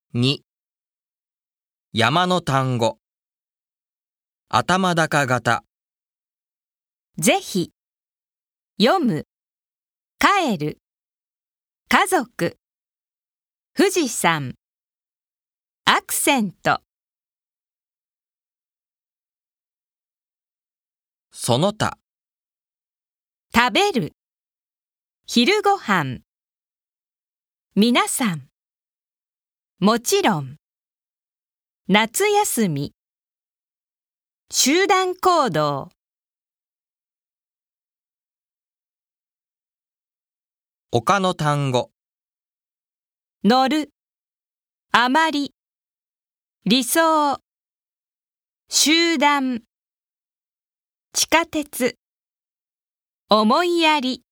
2、山の単語。頭高型。 ぜひ、読む、帰る、家族、富士山、アクセント。 その他。 食べる、昼ごはん、皆さん、もちろん、夏休み、集団行動。 他の単語。 乗る、あまり、理想、集団、地下鉄、思いやり。